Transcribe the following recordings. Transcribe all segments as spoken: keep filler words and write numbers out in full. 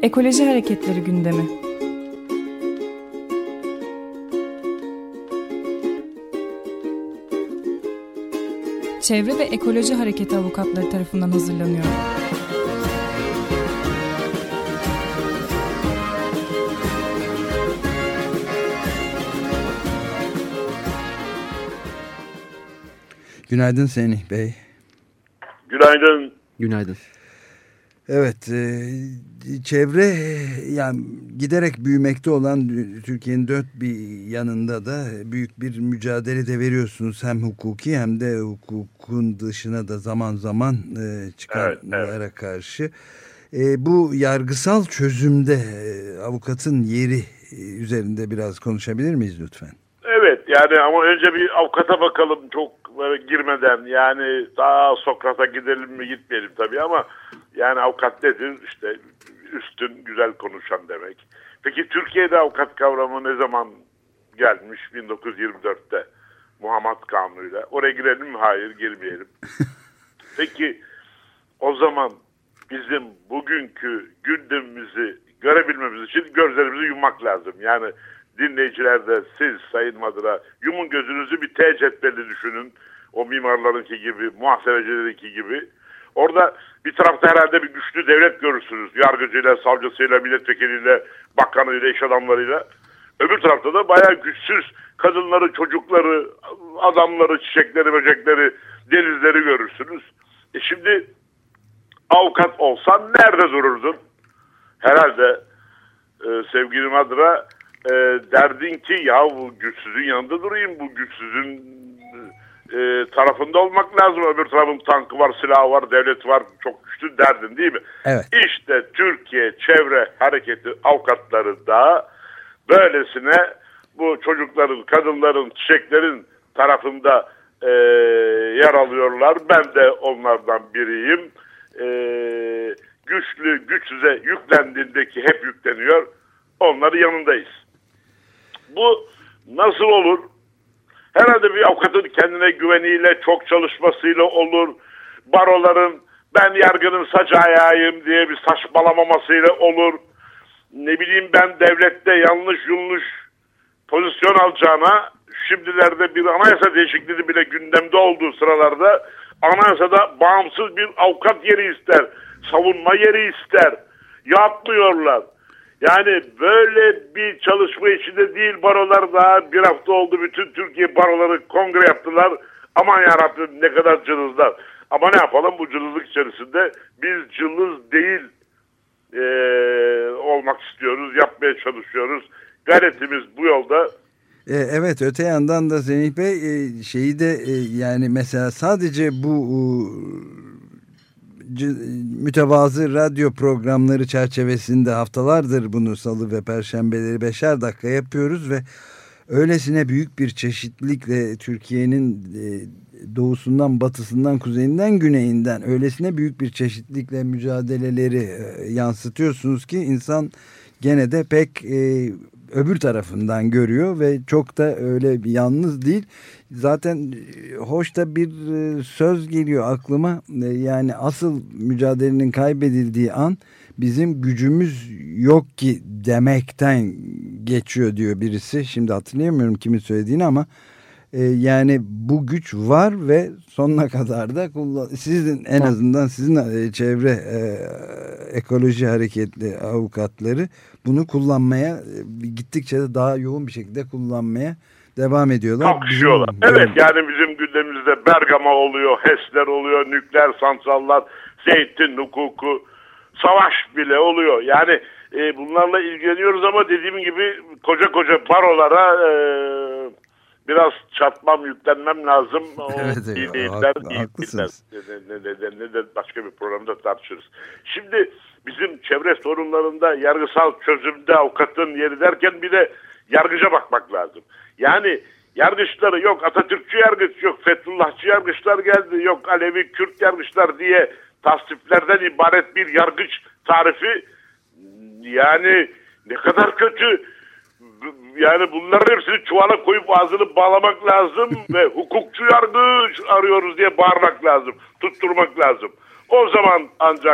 Ekoloji hareketleri gündemi. Çevre ve Ekoloji Hareketi avukatları tarafından hazırlanıyor. Günaydın Semih Bey. Günaydın. Günaydın. Evet, e, çevre yani giderek büyümekte olan Türkiye'nin dört bir yanında da büyük bir mücadele de veriyorsunuz. Hem hukuki hem de hukukun dışına da zaman zaman e, çıkanlara evet, evet. karşı. E, bu yargısal çözümde e, avukatın yeri e, üzerinde biraz konuşabilir miyiz lütfen? Evet, yani ama önce bir avukata bakalım çok böyle girmeden, yani daha Sokrat'a gidelim mi gitmeyelim tabii ama yani avukat nedir? İşte üstün, güzel konuşan demek. Peki Türkiye'de avukat kavramı ne zaman gelmiş? bin dokuz yüz yirmi dörtte Muhammed Kanun'uyla. Oraya girelim mi? Hayır, girmeyelim. Peki o zaman bizim bugünkü gündemimizi görebilmemiz için gözlerimizi yummak lazım. Yani dinleyiciler de siz Sayın Madra yumun gözünüzü, bir T cetveli düşünün. O mimarlarınki gibi, muhasebecilerinki gibi. Orada bir tarafta herhalde bir güçlü devlet görürsünüz. Yargıcıyla, savcısıyla, milletvekiliyle, bakanıyla, iş adamlarıyla. Öbür tarafta da bayağı güçsüz kadınları, çocukları, adamları, çiçekleri, böcekleri, denizleri görürsünüz. E şimdi avukat olsan nerede dururdun? Herhalde e, sevgili Madra e, derdin ki ya bu güçsüzün yanında durayım, bu güçsüzün e, tarafında olmak lazım. Öbür tarafın tankı var, silahı var, devlet var, çok güçlü derdin değil mi? Evet. İşte Türkiye Çevre Hareketi avukatları da böylesine bu çocukların, kadınların, çiçeklerin tarafında e, yer alıyorlar. Ben de onlardan biriyim. E, güçlü, güçsüze yüklendiğindeki hep yükleniyor. Onların yanındayız. Bu nasıl olur? Herhalde bir avukatın kendine güveniyle, çok çalışmasıyla olur. Baroların ben yargının saç ayağıyım diye bir saçmalamamasıyla olur. Ne bileyim ben devlette yanlış yanlış pozisyon alacağına, şimdilerde bir anayasa değişikliği bile gündemde olduğu sıralarda anayasada bağımsız bir avukat yeri ister. Savunma yeri ister. Yapmıyorlar. Yani böyle bir çalışma içinde değil barolar. Daha bir hafta oldu, bütün Türkiye baroları kongre yaptılar. Aman yarabbim ne kadar cılızlar. Ama ne yapalım, bu cılızlık içerisinde biz cılız değil e, olmak istiyoruz, yapmaya çalışıyoruz. Gayretimiz bu yolda. Evet, öte yandan da Semih Bey şeyi de yani mesela sadece bu mütevazı radyo programları çerçevesinde haftalardır bunu salı ve perşembeleri beşer dakika yapıyoruz ve öylesine büyük bir çeşitlilikle Türkiye'nin doğusundan, batısından, kuzeyinden, güneyinden öylesine büyük bir çeşitlilikle mücadeleleri yansıtıyorsunuz ki insan gene de pek e, öbür tarafından görüyor ve çok da öyle bir yalnız değil. Zaten hoş da bir söz geliyor aklıma. Yani asıl mücadelenin kaybedildiği an bizim gücümüz yok ki demekten geçiyor diyor birisi. Şimdi hatırlayamıyorum kimin söylediğini ama e, yani bu güç var ve sonuna kadar da kullan. Sizin en azından sizin e, çevre e, ekoloji hareketli avukatları bunu kullanmaya e, gittikçe de daha yoğun bir şekilde kullanmaya devam ediyorlar. Kalkışıyorlar. Bizim, evet yani bizim gündemimizde Bergama oluyor, HES'ler oluyor, nükleer santrallar, zeytin hukuku, savaş bile oluyor. Yani e, bunlarla ilgileniyoruz ama dediğim gibi koca koca barolara e, biraz çatmam, yüklenmem lazım. O evet, iyi değiller, hak, iyi haklısınız. Ne, ne, ne, ne de başka bir programda tartışırız. Şimdi bizim çevre sorunlarında yargısal çözümde avukatın yeri derken bir de yargıca bakmak lazım. Yani yargıçları yok Atatürkçü yargıç, yok Fethullahçı yargıçlar geldi, yok Alevi Kürt yargıçlar diye tasniflerden ibaret bir yargıç tarifi, yani ne kadar kötü. Yani bunların hepsini çuvala koyup ağzını bağlamak lazım ve hukukçu yargıç arıyoruz diye bağırmak lazım, tutturmak lazım. O zaman ancak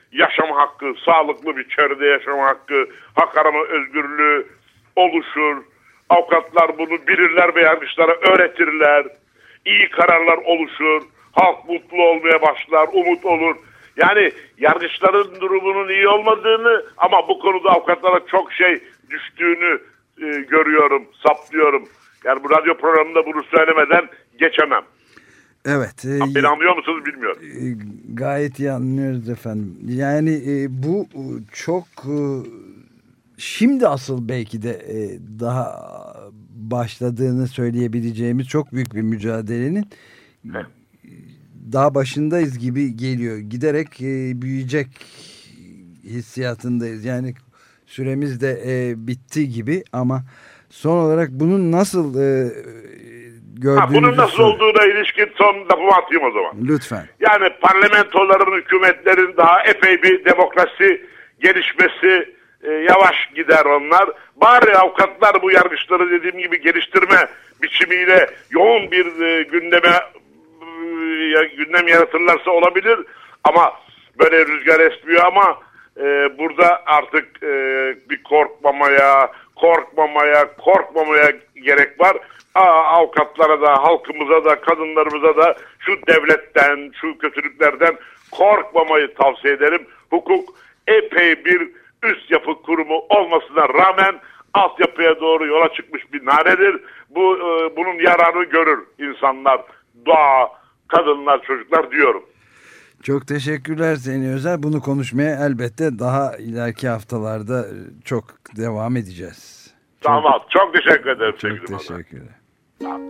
yaşam hakkı, sağlıklı bir çevrede yaşam hakkı, hak arama özgürlüğü oluşur. Avukatlar bunu bilirler ve yargıçlara öğretirler. İyi kararlar oluşur. Halk mutlu olmaya başlar, umut olur. Yani yargıçların durumunun iyi olmadığını ama bu konuda avukatlara çok şey düştüğünü e, görüyorum, saptıyorum. Yani bu radyo programında bunu söylemeden geçemem. Evet. E, Beni anlıyor musunuz bilmiyorum. E, gayet iyi anlıyoruz efendim. Yani e, bu çok e, şimdi asıl belki de e, daha başladığını söyleyebileceğimiz çok büyük bir mücadelenin evet. daha başındayız gibi geliyor. Giderek e, büyüyecek hissiyatındayız. Yani süremiz de e, bitti gibi ama son olarak bunun nasıl e, gördüğünüzü... Ha, bunun nasıl olduğuna ilişkin son lafımı atayım o zaman. Lütfen. Yani parlamentoların, hükümetlerin daha epey bir demokrasi gelişmesi e, yavaş gider onlar. Bari avukatlar bu yargıçları dediğim gibi geliştirme biçimiyle yoğun bir e, gündeme e, gündem yaratırlarsa olabilir. Ama böyle rüzgar esmiyor ama e, burada artık e, bir korkmamaya, korkmamaya, korkmamaya gerek var. Aa, avukatlara da, halkımıza da, kadınlarımıza da şu devletten, şu kötülüklerden korkmamayı tavsiye ederim. Hukuk epey bir üst yapı kurumu olmasına rağmen altyapıya doğru yola çıkmış bir nanedir. Bu e, bunun yararını görür insanlar, doğa, kadınlar, çocuklar diyorum. Çok teşekkürler Seni Özer. Bunu konuşmaya elbette daha ileriki haftalarda çok devam edeceğiz. Tamam. Çok, çok teşekkür ederim. Çok teşekkürler. Tamam.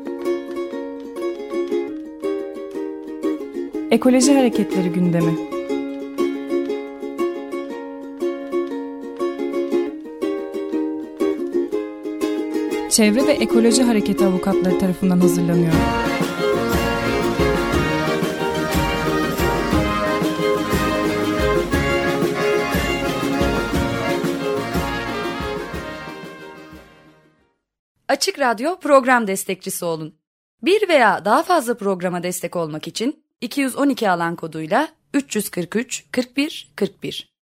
Ekoloji hareketleri gündemi. Çevre ve Ekoloji Hareketi avukatları tarafından hazırlanıyor. Açık Radyo program destekçisi olun. Bir veya daha fazla programa destek olmak için iki yüz on iki alan koduyla üç yüz kırk üç kırk bir kırk bir